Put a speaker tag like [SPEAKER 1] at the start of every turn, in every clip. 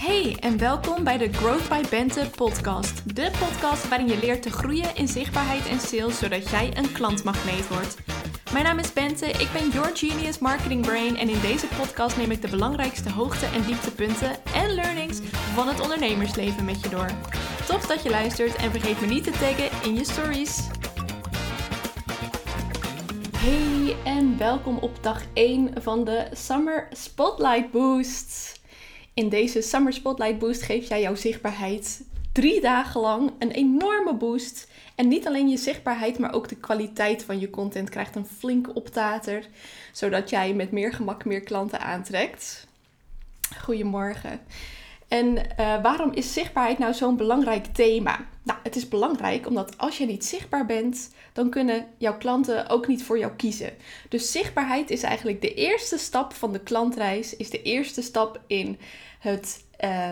[SPEAKER 1] Hey en welkom bij de Growth by Bente podcast. De podcast waarin je leert te groeien in zichtbaarheid en sales, zodat jij een klantmagneet wordt. Mijn naam is Bente, ik ben Your Genius Marketing Brain en in deze podcast neem ik de belangrijkste hoogte- en dieptepunten en learnings van het ondernemersleven met je door. Tof dat je luistert en vergeet me niet te taggen in je stories. Hey en welkom op dag 1 van de Summer Spotlight Boost. In deze Summer Spotlight Boost geef jij jouw zichtbaarheid 3 dagen lang een enorme boost. En niet alleen je zichtbaarheid, maar ook de kwaliteit van je content krijgt een flinke optater. Zodat jij met meer gemak meer klanten aantrekt. Goedemorgen. En waarom is zichtbaarheid nou zo'n belangrijk thema? Nou, het is belangrijk omdat als je niet zichtbaar bent, dan kunnen jouw klanten ook niet voor jou kiezen. Dus zichtbaarheid is eigenlijk de eerste stap van de klantreis, is de eerste stap in het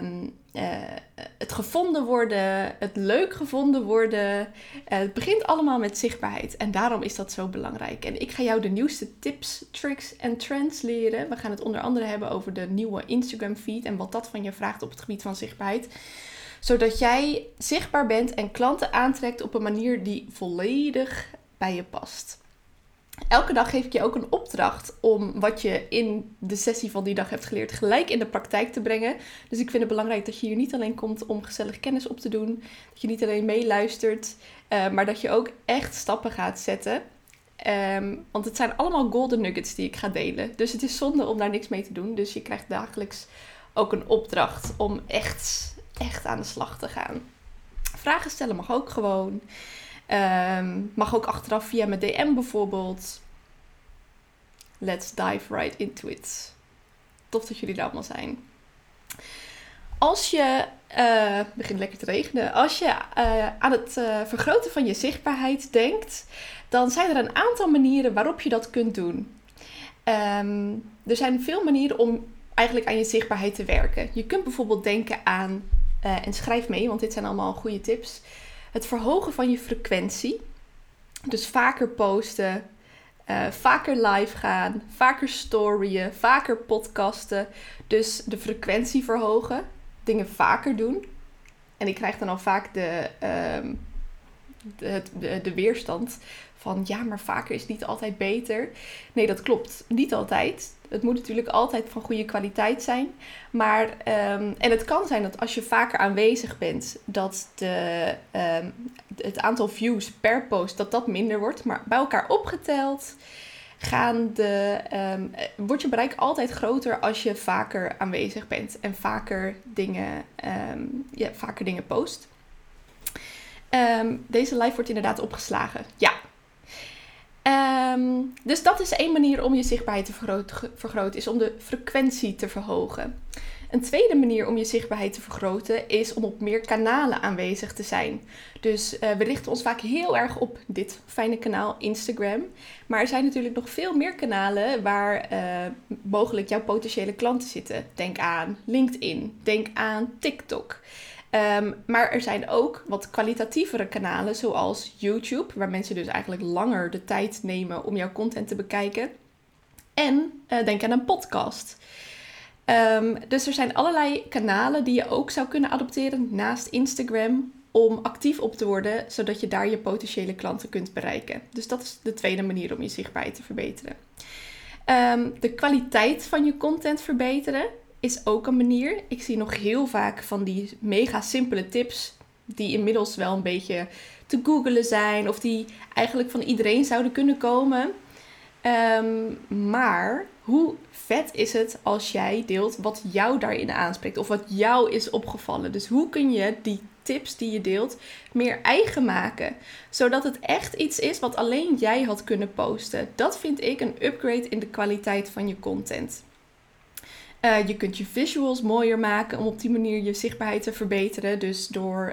[SPEAKER 1] gevonden worden, het leuk gevonden worden. Het begint allemaal met zichtbaarheid en daarom is dat zo belangrijk. En ik ga jou de nieuwste tips, tricks en trends leren. We gaan het onder andere hebben over de nieuwe Instagram feed en wat dat van je vraagt op het gebied van zichtbaarheid. Zodat jij zichtbaar bent en klanten aantrekt op een manier die volledig bij je past. Elke dag geef ik je ook een opdracht om wat je in de sessie van die dag hebt geleerd gelijk in de praktijk te brengen. Dus ik vind het belangrijk dat je hier niet alleen komt om gezellig kennis op te doen. Dat je niet alleen meeluistert, maar dat je ook echt stappen gaat zetten. Want het zijn allemaal golden nuggets die ik ga delen. Dus het is zonde om daar niks mee te doen. Dus je krijgt dagelijks ook een opdracht om echt aan de slag te gaan. Vragen stellen mag ook gewoon. Mag ook achteraf via mijn DM bijvoorbeeld. Let's dive right into it. Tof dat jullie er allemaal zijn. Als je, het begint lekker te regenen. Als je aan het vergroten van je zichtbaarheid denkt, dan zijn er een aantal manieren waarop je dat kunt doen. Er zijn veel manieren om eigenlijk aan je zichtbaarheid te werken. Je kunt bijvoorbeeld denken aan, en schrijf mee, want dit zijn allemaal goede tips. Het verhogen van je frequentie. Dus vaker posten, vaker live gaan, vaker storyen, vaker podcasten. Dus de frequentie verhogen, dingen vaker doen. En ik krijg dan al vaak de weerstand van ja, maar vaker is niet altijd beter. Nee, dat klopt. Niet altijd. Het moet natuurlijk altijd van goede kwaliteit zijn. Maar, en het kan zijn dat als je vaker aanwezig bent, dat het aantal views per post, dat minder wordt. Maar bij elkaar opgeteld wordt je bereik altijd groter als je vaker aanwezig bent. En vaker dingen post. Deze live wordt inderdaad opgeslagen. Ja. Dus dat is één manier om je zichtbaarheid te vergroten, is om de frequentie te verhogen. Een tweede manier om je zichtbaarheid te vergroten is om op meer kanalen aanwezig te zijn. Dus we richten ons vaak heel erg op dit fijne kanaal Instagram. Maar er zijn natuurlijk nog veel meer kanalen waar mogelijk jouw potentiële klanten zitten. Denk aan LinkedIn, denk aan TikTok. Maar er zijn ook wat kwalitatievere kanalen zoals YouTube, waar mensen dus eigenlijk langer de tijd nemen om jouw content te bekijken. En denk aan een podcast. Dus er zijn allerlei kanalen die je ook zou kunnen adopteren naast Instagram om actief op te worden, zodat je daar je potentiële klanten kunt bereiken. Dus dat is de tweede manier om je zichtbaarheid te verbeteren. De kwaliteit van je content verbeteren is ook een manier. Ik zie nog heel vaak van die mega simpele tips die inmiddels wel een beetje te googlen zijn of die eigenlijk van iedereen zouden kunnen komen. Maar hoe vet is het als jij deelt wat jou daarin aanspreekt of wat jou is opgevallen. Dus hoe kun je die tips die je deelt meer eigen maken, zodat het echt iets is wat alleen jij had kunnen posten. Dat vind ik een upgrade in de kwaliteit van je content. Je kunt je visuals mooier maken om op die manier je zichtbaarheid te verbeteren. Dus door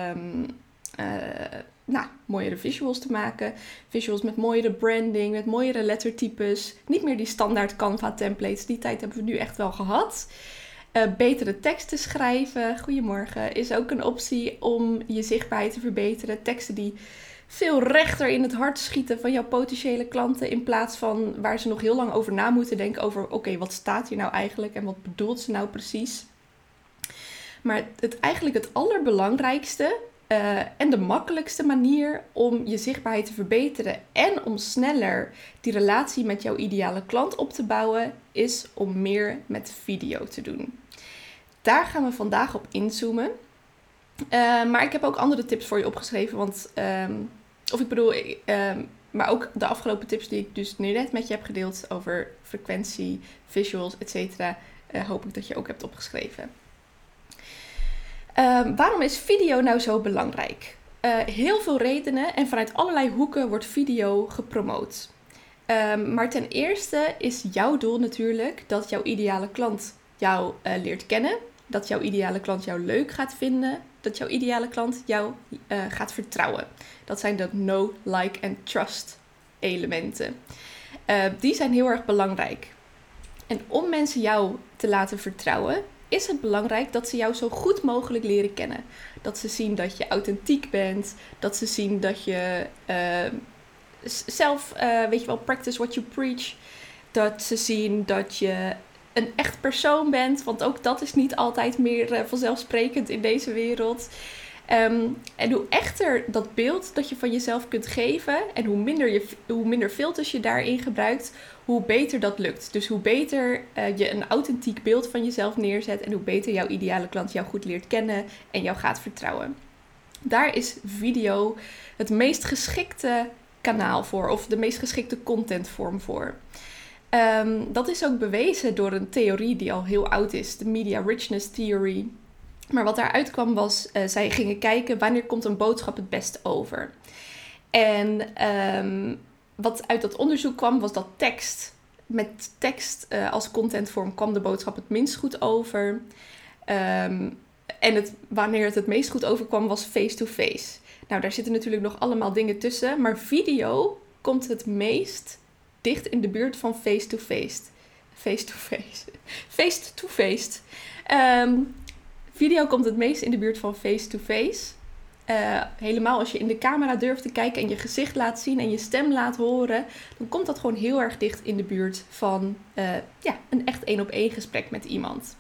[SPEAKER 1] mooiere visuals te maken. Visuals met mooiere branding, met mooiere lettertypes. Niet meer die standaard Canva templates. Die tijd hebben we nu echt wel gehad. Betere teksten schrijven, goedemorgen, is ook een optie om je zichtbaarheid te verbeteren. Teksten die veel rechter in het hart schieten van jouw potentiële klanten, in plaats van waar ze nog heel lang over na moeten denken over oké, wat staat hier nou eigenlijk en wat bedoelt ze nou precies? Maar eigenlijk het allerbelangrijkste en de makkelijkste manier om je zichtbaarheid te verbeteren en om sneller die relatie met jouw ideale klant op te bouwen, is om meer met video te doen. Daar gaan we vandaag op inzoomen. Maar ik heb ook andere tips voor je opgeschreven, maar ook de afgelopen tips die ik dus nu net met je heb gedeeld over frequentie, visuals, etc. Hoop ik dat je ook hebt opgeschreven. Waarom is video nou zo belangrijk? Heel veel redenen en vanuit allerlei hoeken wordt video gepromoot. Maar ten eerste is jouw doel natuurlijk dat jouw ideale klant jou leert kennen. Dat jouw ideale klant jou leuk gaat vinden. Dat jouw ideale klant jou gaat vertrouwen. Dat zijn de know, like en trust elementen. Die zijn heel erg belangrijk. En om mensen jou te laten vertrouwen, is het belangrijk dat ze jou zo goed mogelijk leren kennen. Dat ze zien dat je authentiek bent. Dat ze zien dat je zelf, practice what you preach. Dat ze zien dat je een echt persoon bent. Want ook dat is niet altijd meer vanzelfsprekend in deze wereld. En hoe echter dat beeld dat je van jezelf kunt geven en hoe minder filters je daarin gebruikt, hoe beter dat lukt. Dus hoe beter je een authentiek beeld van jezelf neerzet en hoe beter jouw ideale klant jou goed leert kennen en jou gaat vertrouwen. Daar is video het meest geschikte kanaal voor, of de meest geschikte contentvorm voor. Dat is ook bewezen door een theorie die al heel oud is, de Media Richness Theory. Maar wat daaruit kwam was, zij gingen kijken wanneer komt een boodschap het best over. En wat uit dat onderzoek kwam was dat tekst. Met tekst als contentvorm kwam de boodschap het minst goed over. Wanneer het meest goed overkwam was face-to-face. Nou, daar zitten natuurlijk nog allemaal dingen tussen. Maar video komt het meest dicht in de buurt van face-to-face. Face-to-face. Face-to-face. Video komt het meest in de buurt van face-to-face. Helemaal als je in de camera durft te kijken en je gezicht laat zien en je stem laat horen, dan komt dat gewoon heel erg dicht in de buurt van een echt 1-op-1 gesprek met iemand.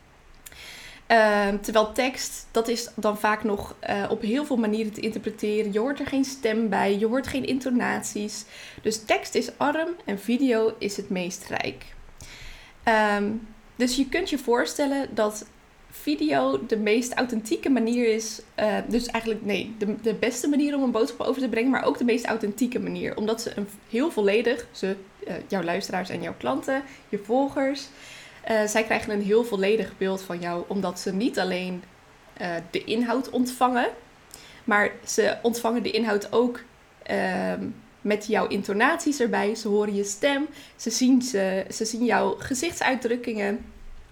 [SPEAKER 1] Terwijl tekst, dat is dan vaak nog op heel veel manieren te interpreteren. Je hoort er geen stem bij, je hoort geen intonaties. Dus tekst is arm en video is het meest rijk. Dus je kunt je voorstellen dat video de meest authentieke manier is. De beste manier om een boodschap over te brengen, maar ook de meest authentieke manier. Omdat ze heel volledig, jouw luisteraars en jouw klanten, je volgers, zij krijgen een heel volledig beeld van jou. Omdat ze niet alleen de inhoud ontvangen, maar ze ontvangen de inhoud ook met jouw intonaties erbij. Ze horen je stem, ze zien jouw gezichtsuitdrukkingen.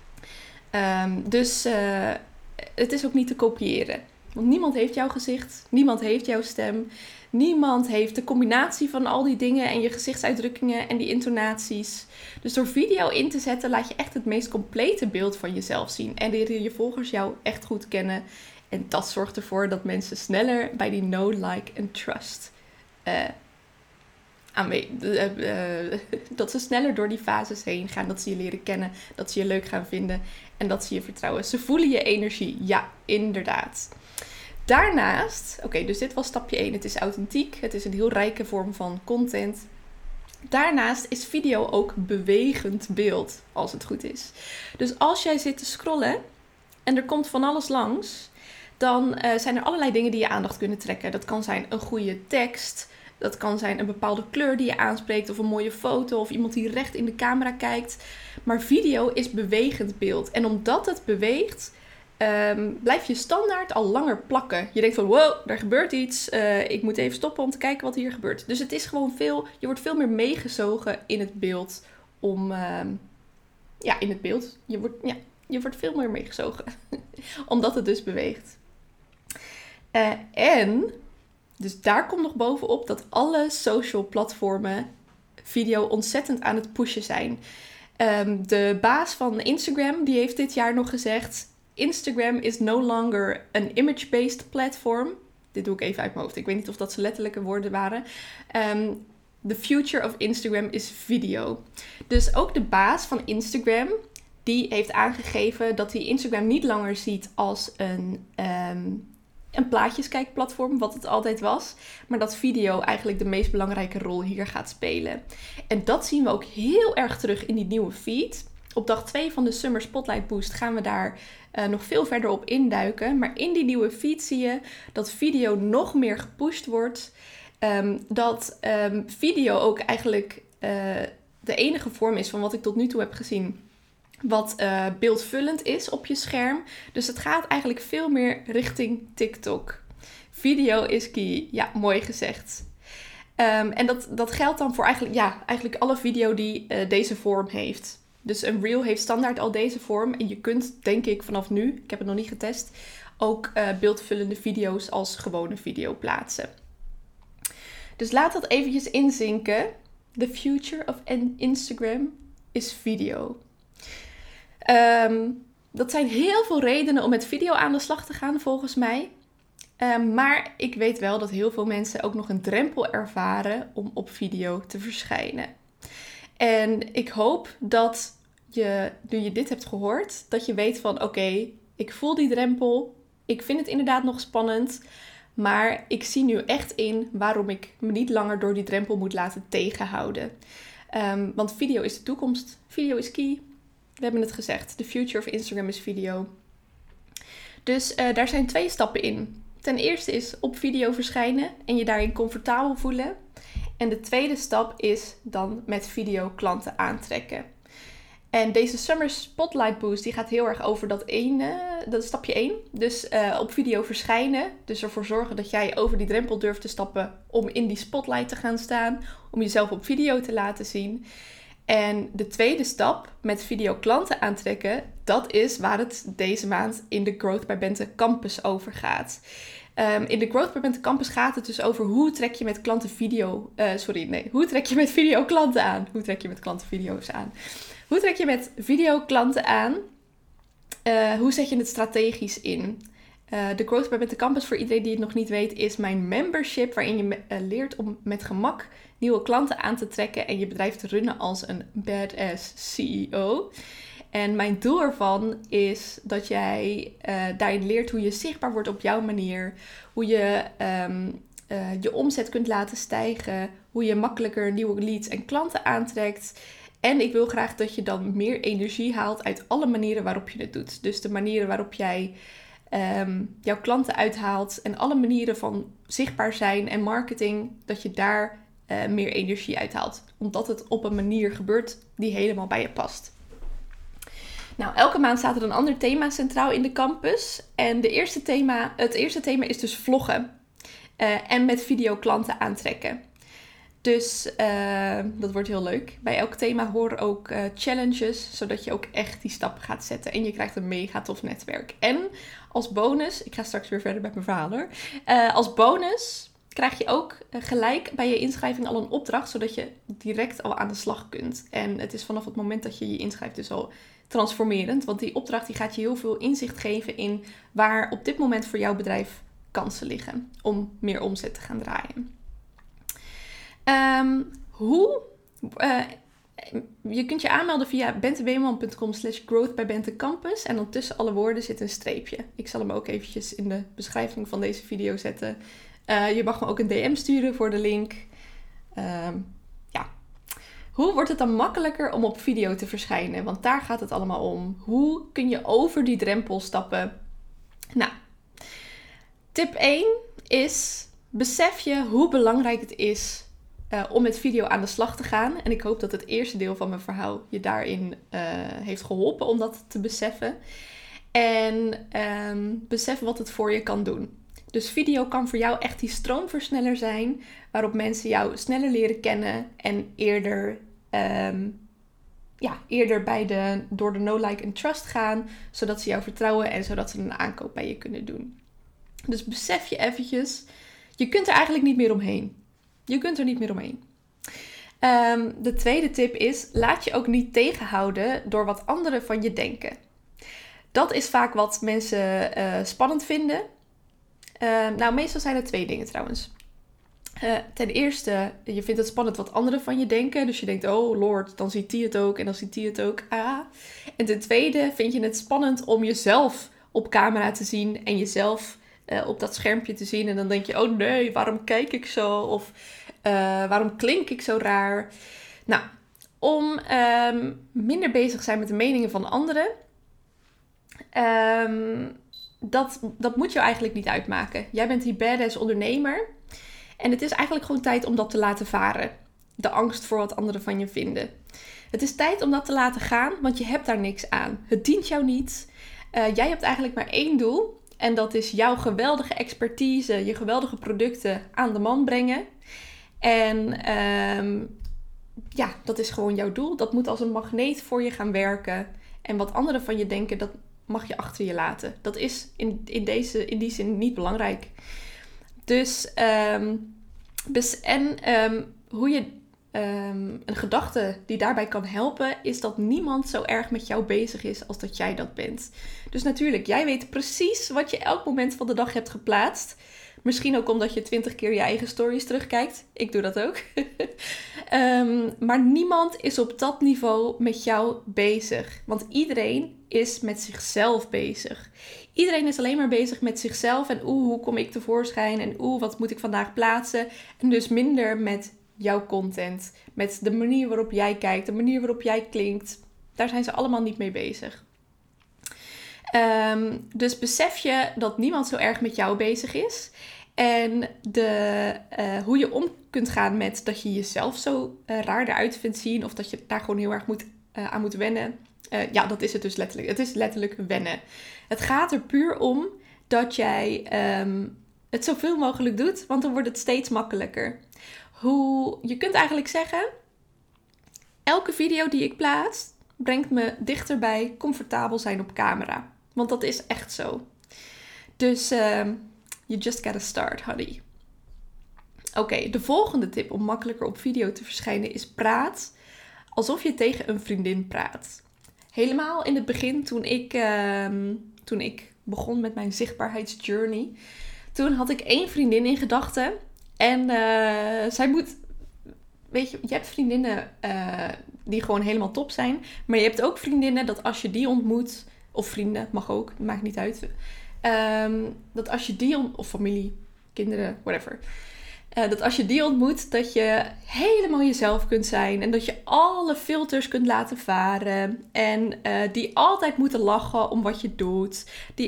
[SPEAKER 1] Dus het is ook niet te kopiëren. Want niemand heeft jouw gezicht, niemand heeft jouw stem. Niemand heeft de combinatie van al die dingen en je gezichtsuitdrukkingen en die intonaties. Dus door video in te zetten laat je echt het meest complete beeld van jezelf zien. En leren je volgers jou echt goed kennen. En dat zorgt ervoor dat mensen sneller bij die know, like en trust dat ze sneller door die fases heen gaan. Dat ze je leren kennen, dat ze je leuk gaan vinden en dat ze je vertrouwen. Ze voelen je energie. Ja, inderdaad. Daarnaast, dus dit was stapje 1. Het is authentiek. Het is een heel rijke vorm van content. Daarnaast is video ook bewegend beeld, als het goed is. Dus als jij zit te scrollen en er komt van alles langs, dan zijn er allerlei dingen die je aandacht kunnen trekken. Dat kan zijn een goede tekst. Dat kan zijn een bepaalde kleur die je aanspreekt of een mooie foto of iemand die recht in de camera kijkt. Maar video is bewegend beeld. En omdat het beweegt, blijf je standaard al langer plakken. Je denkt van wow, er gebeurt iets. Ik moet even stoppen om te kijken wat hier gebeurt. Dus het is gewoon je wordt veel meer meegezogen in het beeld. In het beeld. Je wordt veel meer meegezogen. Omdat het dus beweegt. Dus daar komt nog bovenop dat alle social platformen video ontzettend aan het pushen zijn. De baas van Instagram die heeft dit jaar nog gezegd: Instagram is no longer an image-based platform. Dit doe ik even uit mijn hoofd. Ik weet niet of dat zijn letterlijke woorden waren. The future of Instagram is video. Dus ook de baas van Instagram, die heeft aangegeven dat hij Instagram niet langer ziet als een plaatjeskijkplatform, wat het altijd was. Maar dat video eigenlijk de meest belangrijke rol hier gaat spelen. En dat zien we ook heel erg terug in die nieuwe feed. Op dag 2 van de Summer Spotlight Boost gaan we daar nog veel verder op induiken. Maar in die nieuwe feed zie je dat video nog meer gepusht wordt. Dat video ook eigenlijk de enige vorm is van wat ik tot nu toe heb gezien, wat beeldvullend is op je scherm. Dus het gaat eigenlijk veel meer richting TikTok. Video is key. Ja, mooi gezegd. En dat geldt dan voor eigenlijk alle video die deze vorm heeft. Dus een reel heeft standaard al deze vorm. En je kunt, denk ik, vanaf nu, ik heb het nog niet getest, ook beeldvullende video's als gewone video plaatsen. Dus laat dat eventjes inzinken. The future of Instagram is video. Dat zijn heel veel redenen om met video aan de slag te gaan, volgens mij. Maar ik weet wel dat heel veel mensen ook nog een drempel ervaren om op video te verschijnen. En ik hoop dat je, nu je dit hebt gehoord, dat je weet van oké, ik voel die drempel. Ik vind het inderdaad nog spannend. Maar ik zie nu echt in waarom ik me niet langer door die drempel moet laten tegenhouden. Want video is de toekomst. Video is key. We hebben het gezegd. The future of Instagram is video. Dus daar zijn 2 stappen in. Ten eerste is op video verschijnen en je daarin comfortabel voelen. En de tweede stap is dan met video klanten aantrekken. En deze Summer Spotlight Boost die gaat heel erg over dat is stapje 1. Dus op video verschijnen. Dus ervoor zorgen dat jij over die drempel durft te stappen om in die spotlight te gaan staan. Om jezelf op video te laten zien. En de tweede stap met video klanten aantrekken, dat is waar het deze maand in de Growth by Bente Campus over gaat. In de Growth by Bente Campus gaat het dus over hoe trek je met klanten hoe trek je met video klanten aan? Hoe trek je met klanten video's aan? Hoe trek je met video klanten aan? Hoe zet je het strategisch in? De Growth by Bente Campus, voor iedereen die het nog niet weet, is mijn membership waarin je leert om met gemak nieuwe klanten aan te trekken en je bedrijf te runnen als een badass CEO. En mijn doel ervan is dat jij daarin leert hoe je zichtbaar wordt op jouw manier. Hoe je je omzet kunt laten stijgen. Hoe je makkelijker nieuwe leads en klanten aantrekt. En ik wil graag dat je dan meer energie haalt uit alle manieren waarop je het doet. Dus de manieren waarop jij jouw klanten uithaalt. En alle manieren van zichtbaar zijn en marketing. Dat je daar meer energie uithaalt. Omdat het op een manier gebeurt die helemaal bij je past. Nou, elke maand staat er een ander thema centraal in de campus. En het eerste thema is dus vloggen. En met video klanten aantrekken. Dus dat wordt heel leuk. Bij elk thema horen ook challenges, zodat je ook echt die stappen gaat zetten. En je krijgt een mega tof netwerk. En als bonus, ik ga straks weer verder met mijn verhaal hoor. Als bonus krijg je ook gelijk bij je inschrijving al een opdracht, zodat je direct al aan de slag kunt. En het is vanaf het moment dat je je inschrijft dus al transformerend. Want die opdracht die gaat je heel veel inzicht geven in waar op dit moment voor jouw bedrijf kansen liggen om meer omzet te gaan draaien. Je kunt je aanmelden via bentebeeman.com/growthbybentecampus en dan tussen alle woorden zit een streepje. Ik zal hem ook eventjes in de beschrijving van deze video zetten. Je mag me ook een DM sturen voor de link. Hoe wordt het dan makkelijker om op video te verschijnen? Want daar gaat het allemaal om. Hoe kun je over die drempel stappen? Nou, tip 1 is: besef je hoe belangrijk het is om met video aan de slag te gaan. En ik hoop dat het eerste deel van mijn verhaal je daarin heeft geholpen om dat te beseffen. En besef wat het voor je kan doen. Dus video kan voor jou echt die stroomversneller zijn, waarop mensen jou sneller leren kennen en eerder door de know, like en trust gaan, zodat ze jou vertrouwen en zodat ze een aankoop bij je kunnen doen. Dus besef je eventjes, je kunt er eigenlijk niet meer omheen. Je kunt er niet meer omheen. De tweede tip is, laat je ook niet tegenhouden door wat anderen van je denken. Dat is vaak wat mensen spannend vinden. Meestal zijn er 2 dingen trouwens. Ten eerste, je vindt het spannend wat anderen van je denken. Dus je denkt, oh lord, dan ziet die het ook en dan ziet die het ook. Ah. En ten tweede vind je het spannend om jezelf op camera te zien en jezelf op dat schermpje te zien. En dan denk je, oh nee, waarom kijk ik zo? Of waarom klink ik zo raar? Nou, om minder bezig te zijn met de meningen van anderen, dat moet je eigenlijk niet uitmaken. Jij bent die badass ondernemer. En het is eigenlijk gewoon tijd om dat te laten varen. De angst voor wat anderen van je vinden. Het is tijd om dat te laten gaan, want je hebt daar niks aan. Het dient jou niet. Jij hebt eigenlijk maar één doel. En dat is jouw geweldige expertise, je geweldige producten aan de man brengen. En dat is gewoon jouw doel. Dat moet als een magneet voor je gaan werken. En wat anderen van je denken, dat mag je achter je laten. Dat is in die zin niet belangrijk. Dus, hoe je een gedachte die daarbij kan helpen, is dat niemand zo erg met jou bezig is als dat jij dat bent. Dus natuurlijk, jij weet precies wat je elk moment van de dag hebt geplaatst. Misschien ook omdat je 20 keer je eigen stories terugkijkt. Ik doe dat ook. Maar niemand is op dat niveau met jou bezig. Want iedereen is met zichzelf bezig. Iedereen is alleen maar bezig met zichzelf. En hoe kom ik tevoorschijn? En wat moet ik vandaag plaatsen? En dus minder met jouw content. Met de manier waarop jij kijkt. De manier waarop jij klinkt. Daar zijn ze allemaal niet mee bezig. Dus besef je dat niemand zo erg met jou bezig is. En hoe je om kunt gaan met dat je jezelf zo raar eruit vindt zien. Of dat je daar gewoon heel erg aan moet wennen. Dat is het dus letterlijk. Het is letterlijk wennen. Het gaat er puur om dat jij het zoveel mogelijk doet. Want dan wordt het steeds makkelijker. Je kunt eigenlijk zeggen, elke video die ik plaats brengt me dichter bij comfortabel zijn op camera. Want dat is echt zo. Dus you just gotta start, honey. Oké, de volgende tip om makkelijker op video te verschijnen is praat alsof je tegen een vriendin praat. Helemaal in het begin, toen ik begon met mijn zichtbaarheidsjourney, toen had ik 1 vriendin in gedachten. En zij moet... Weet je hebt vriendinnen die gewoon helemaal top zijn. Maar je hebt ook vriendinnen dat als je die ontmoet... Of vrienden, mag ook, maakt niet uit. Dat als je die of familie, kinderen, whatever. Dat als je die ontmoet, dat je helemaal jezelf kunt zijn. En dat je alle filters kunt laten varen. En die altijd moeten lachen om wat je doet. Die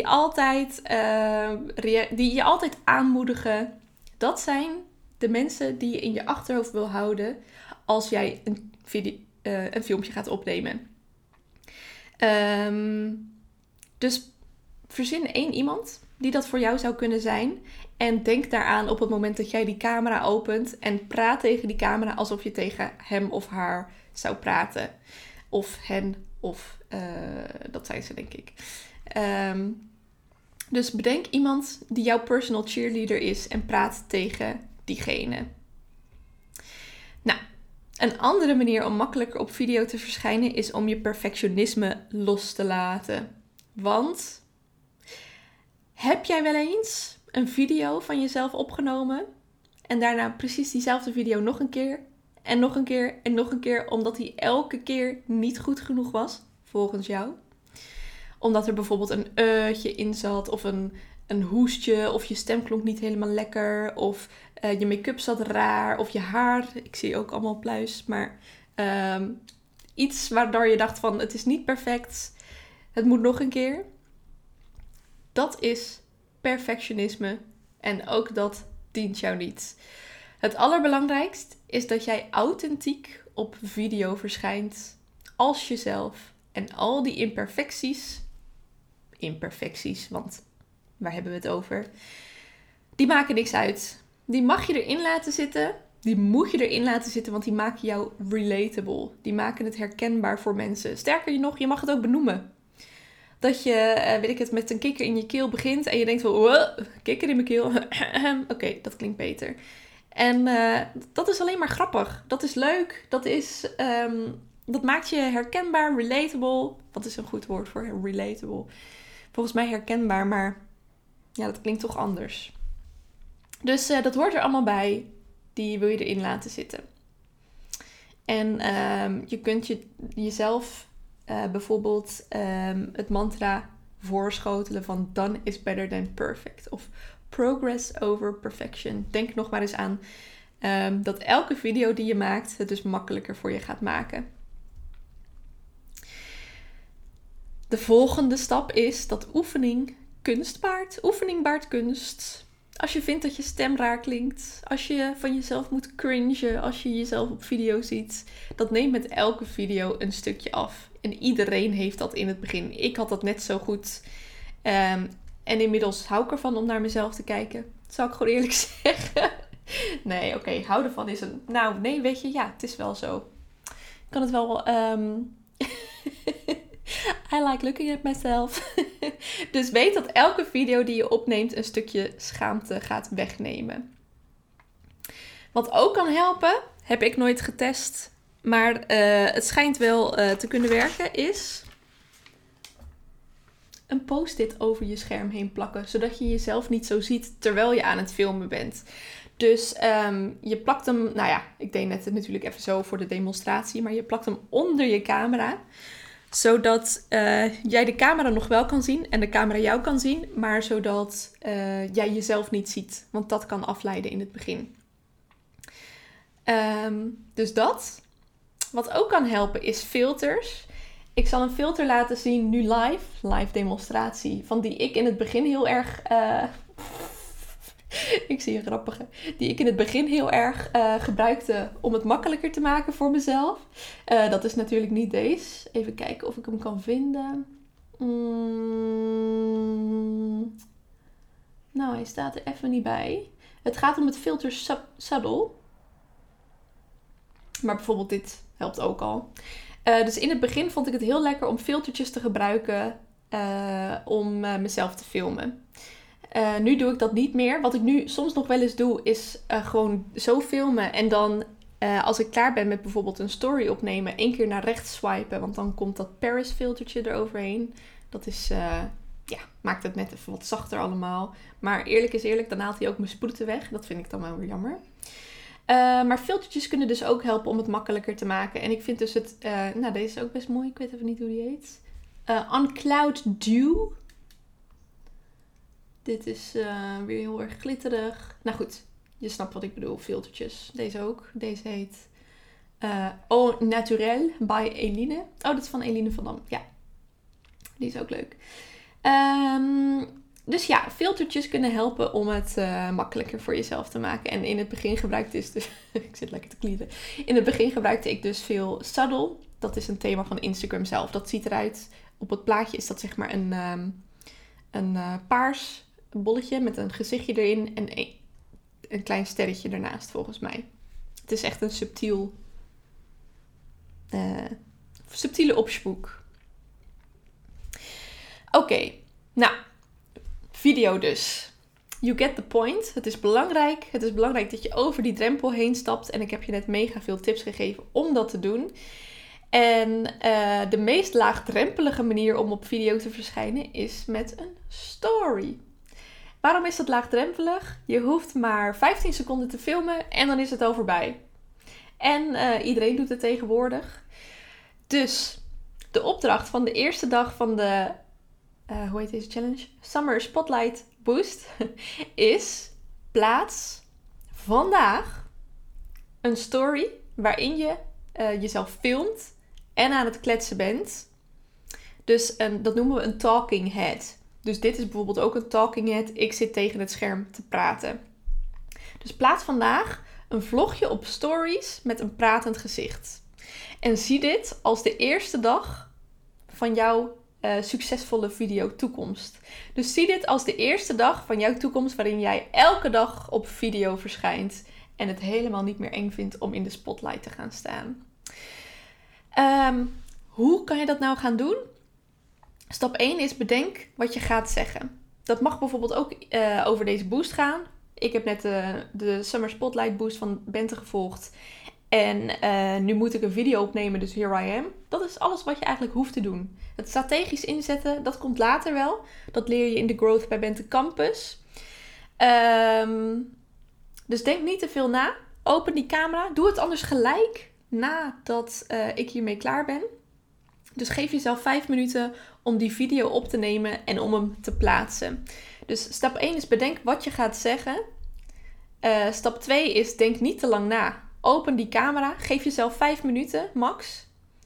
[SPEAKER 1] je altijd aanmoedigen. Dat zijn de mensen die je in je achterhoofd wil houden als jij een filmpje gaat opnemen. Dus verzin 1 iemand die dat voor jou zou kunnen zijn. En denk daaraan op het moment dat jij die camera opent. En praat tegen die camera alsof je tegen hem of haar zou praten. Of hen, of dat zijn ze denk ik. Dus bedenk iemand die jouw personal cheerleader is. En praat tegen diegene. Nou, een andere manier om makkelijker op video te verschijnen is om je perfectionisme los te laten. Want heb jij wel eens een video van jezelf opgenomen en daarna precies diezelfde video nog een keer en nog een keer en nog een keer, omdat die elke keer niet goed genoeg was, volgens jou? Omdat er bijvoorbeeld een eutje in zat of een hoestje of je stem klonk niet helemaal lekker of je make-up zat raar of je haar, ik zie ook allemaal pluis, maar iets waardoor je dacht van het is niet perfect, het moet nog een keer. Dat is perfectionisme en ook dat dient jou niet. Het allerbelangrijkst is dat jij authentiek op video verschijnt als jezelf en al die imperfecties, want waar hebben we het over? Die maken niks uit. Die mag je erin laten zitten. Die moet je erin laten zitten, want die maken jou relatable. Die maken het herkenbaar voor mensen. Sterker nog, je mag het ook benoemen. Dat je, met een kikker in je keel begint en je denkt van, wow, kikker in mijn keel. Oké, dat klinkt beter. En dat is alleen maar grappig. Dat is leuk. Dat maakt je herkenbaar, relatable. Wat is een goed woord voor relatable? Volgens mij herkenbaar, maar ja, dat klinkt toch anders. Dus dat hoort er allemaal bij. die wil je erin laten zitten. En je kunt jezelf bijvoorbeeld het mantra voorschotelen van done is better than perfect. Of progress over perfection. Denk nog maar eens aan dat elke video die je maakt het dus makkelijker voor je gaat maken. De volgende stap is dat oefening kunst baart. Oefening baart kunst. Als je vindt dat je stem raar klinkt. Als je van jezelf moet cringen. Als je jezelf op video ziet. Dat neemt met elke video een stukje af. En iedereen heeft dat in het begin. Ik had dat net zo goed. En inmiddels hou ik ervan om naar mezelf te kijken. Dat zou ik gewoon eerlijk zeggen. Nee, oké. Hou ervan is een... Nou, nee, weet je. Ja, het is wel zo. Ik kan het wel... I like looking at myself. Dus weet dat elke video die je opneemt een stukje schaamte gaat wegnemen. Wat ook kan helpen, heb ik nooit getest, maar het schijnt wel te kunnen werken, is een post-it over je scherm heen plakken. Zodat je jezelf niet zo ziet terwijl je aan het filmen bent. Dus je plakt hem, nou ja, ik deed net natuurlijk even zo voor de demonstratie, maar je plakt hem onder je camera. Zodat jij de camera nog wel kan zien en de camera jou kan zien, maar zodat jij jezelf niet ziet. Want dat kan afleiden in het begin. Dus dat. Wat ook kan helpen is filters. Ik zal een filter laten zien nu live demonstratie, van die ik in het begin heel erg... Ik zie een grappige. Die ik in het begin heel erg gebruikte om het makkelijker te maken voor mezelf. Dat is natuurlijk niet deze. Even kijken of ik hem kan vinden. Nou, hij staat er even niet bij. Het gaat om het filter Subtle. Maar bijvoorbeeld dit helpt ook al. Dus in het begin vond ik het heel lekker om filtertjes te gebruiken om mezelf te filmen. Nu doe ik dat niet meer. Wat ik nu soms nog wel eens doe, is gewoon zo filmen. En dan als ik klaar ben met bijvoorbeeld een story opnemen, 1 keer naar rechts swipen. Want dan komt dat Paris filtertje eroverheen. Dat is, maakt het net even wat zachter allemaal. Maar eerlijk is eerlijk, dan haalt hij ook mijn sproeten weg. Dat vind ik dan wel weer jammer. Maar filtertjes kunnen dus ook helpen om het makkelijker te maken. En ik vind dus het... deze is ook best mooi. Ik weet even niet hoe die heet. On Cloud Dew. Dit is weer heel erg glitterig. Nou goed, je snapt wat ik bedoel. Filtertjes. Deze ook. Deze heet Au Naturel by Eline. Oh, dat is van Eline van Dam. Ja, die is ook leuk. Dus ja, filtertjes kunnen helpen om het makkelijker voor jezelf te maken. En in het begin gebruikte ik dus... ik zit lekker te klieren. In het begin gebruikte ik dus veel Subtle. Dat is een thema van Instagram zelf. Dat ziet eruit... Op het plaatje is dat zeg maar een paars bolletje met een gezichtje erin en een klein sterretje ernaast volgens mij. Het is echt een subtiele opspoek. Oké, nou, video dus. You get the point. Het is belangrijk. Het is belangrijk dat je over die drempel heen stapt. En ik heb je net mega veel tips gegeven om dat te doen. En de meest laagdrempelige manier om op video te verschijnen is met een story. Waarom is dat laagdrempelig? Je hoeft maar 15 seconden te filmen en dan is het al voorbij. En iedereen doet het tegenwoordig. Dus de opdracht van de eerste dag van de, hoe heet deze challenge? Summer Spotlight Boost is plaats vandaag een story waarin je jezelf filmt en aan het kletsen bent. Dus dat noemen we een talking head. Dus dit is bijvoorbeeld ook een talking head. Ik zit tegen het scherm te praten. Dus plaats vandaag een vlogje op stories met een pratend gezicht. En zie dit als de eerste dag van jouw succesvolle video toekomst. Dus zie dit als de eerste dag van jouw toekomst waarin jij elke dag op video verschijnt en het helemaal niet meer eng vindt om in de spotlight te gaan staan. Hoe kan je dat nou gaan doen? Stap 1 is bedenk wat je gaat zeggen. Dat mag bijvoorbeeld ook over deze boost gaan. Ik heb net de Summer Spotlight Boost van Bente gevolgd. En nu moet ik een video opnemen, dus here I am. Dat is alles wat je eigenlijk hoeft te doen. Het strategisch inzetten, dat komt later wel. Dat leer je in de Growth bij Bente Campus. Dus denk niet te veel na. Open die camera. Doe het anders gelijk nadat ik hiermee klaar ben. Dus geef jezelf 5 minuten om die video op te nemen en om hem te plaatsen. Dus stap 1 is bedenk wat je gaat zeggen. Stap 2 is denk niet te lang na. Open die camera. Geef jezelf 5 minuten max.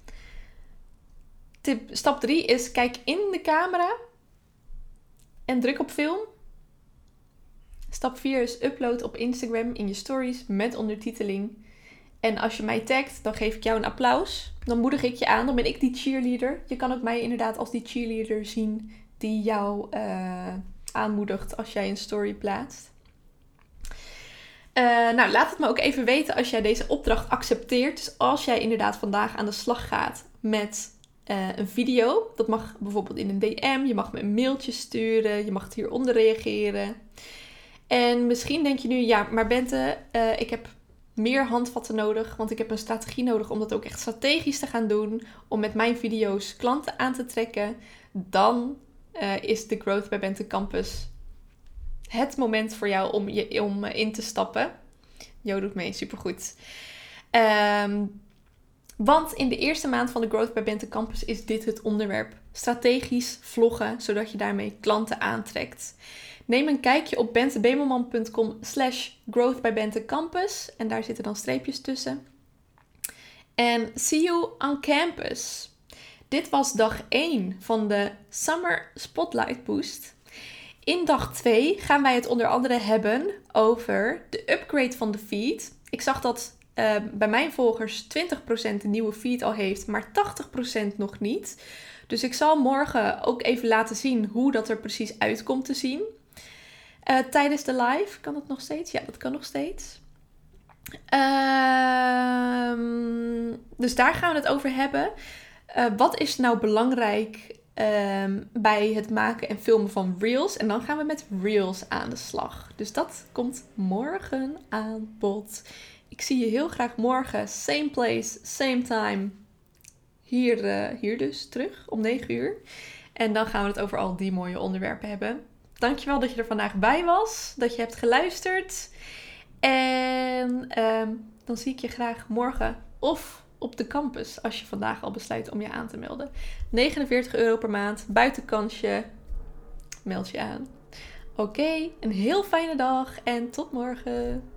[SPEAKER 1] Stap 3 is kijk in de camera en druk op film. Stap 4 is upload op Instagram in je stories met ondertiteling. En als je mij tagt, dan geef ik jou een applaus. Dan moedig ik je aan, dan ben ik die cheerleader. Je kan ook mij inderdaad als die cheerleader zien die jou aanmoedigt als jij een story plaatst. Nou, laat het me ook even weten als jij deze opdracht accepteert. Dus als jij inderdaad vandaag aan de slag gaat met een video. Dat mag bijvoorbeeld in een DM. Je mag me een mailtje sturen. Je mag het hieronder reageren. En misschien denk je nu, ja, maar Bente, ik heb meer handvatten nodig. Want ik heb een strategie nodig om dat ook echt strategisch te gaan doen. Om met mijn video's klanten aan te trekken. Dan is de Growth by Bente Campus het moment voor jou om in te stappen. Jo doet mee, supergoed. Want in de eerste maand van de Growth by Bente Campus is dit het onderwerp. Strategisch vloggen, zodat je daarmee klanten aantrekt. Neem een kijkje op bentebemelman.com/growthbybentecampus. En daar zitten dan streepjes tussen. En see you on campus. Dit was dag 1 van de Summer Spotlight Boost. In dag 2 gaan wij het onder andere hebben over de upgrade van de feed. Ik zag dat bij mijn volgers 20% de nieuwe feed al heeft, maar 80% nog niet. Dus ik zal morgen ook even laten zien hoe dat er precies uitkomt te zien. Tijdens de live, kan dat nog steeds? Ja, dat kan nog steeds. Dus daar gaan we het over hebben. Wat is nou belangrijk bij het maken en filmen van Reels? En dan gaan we met Reels aan de slag. Dus dat komt morgen aan bod. Ik zie je heel graag morgen. Same place, same time. Hier dus terug om 9 uur. En dan gaan we het over al die mooie onderwerpen hebben. Dankjewel dat je er vandaag bij was. Dat je hebt geluisterd. En dan zie ik je graag morgen of op de campus. Als je vandaag al besluit om je aan te melden. €49 per maand. Buitenkansje. Meld je aan. Oké, een heel fijne dag en tot morgen.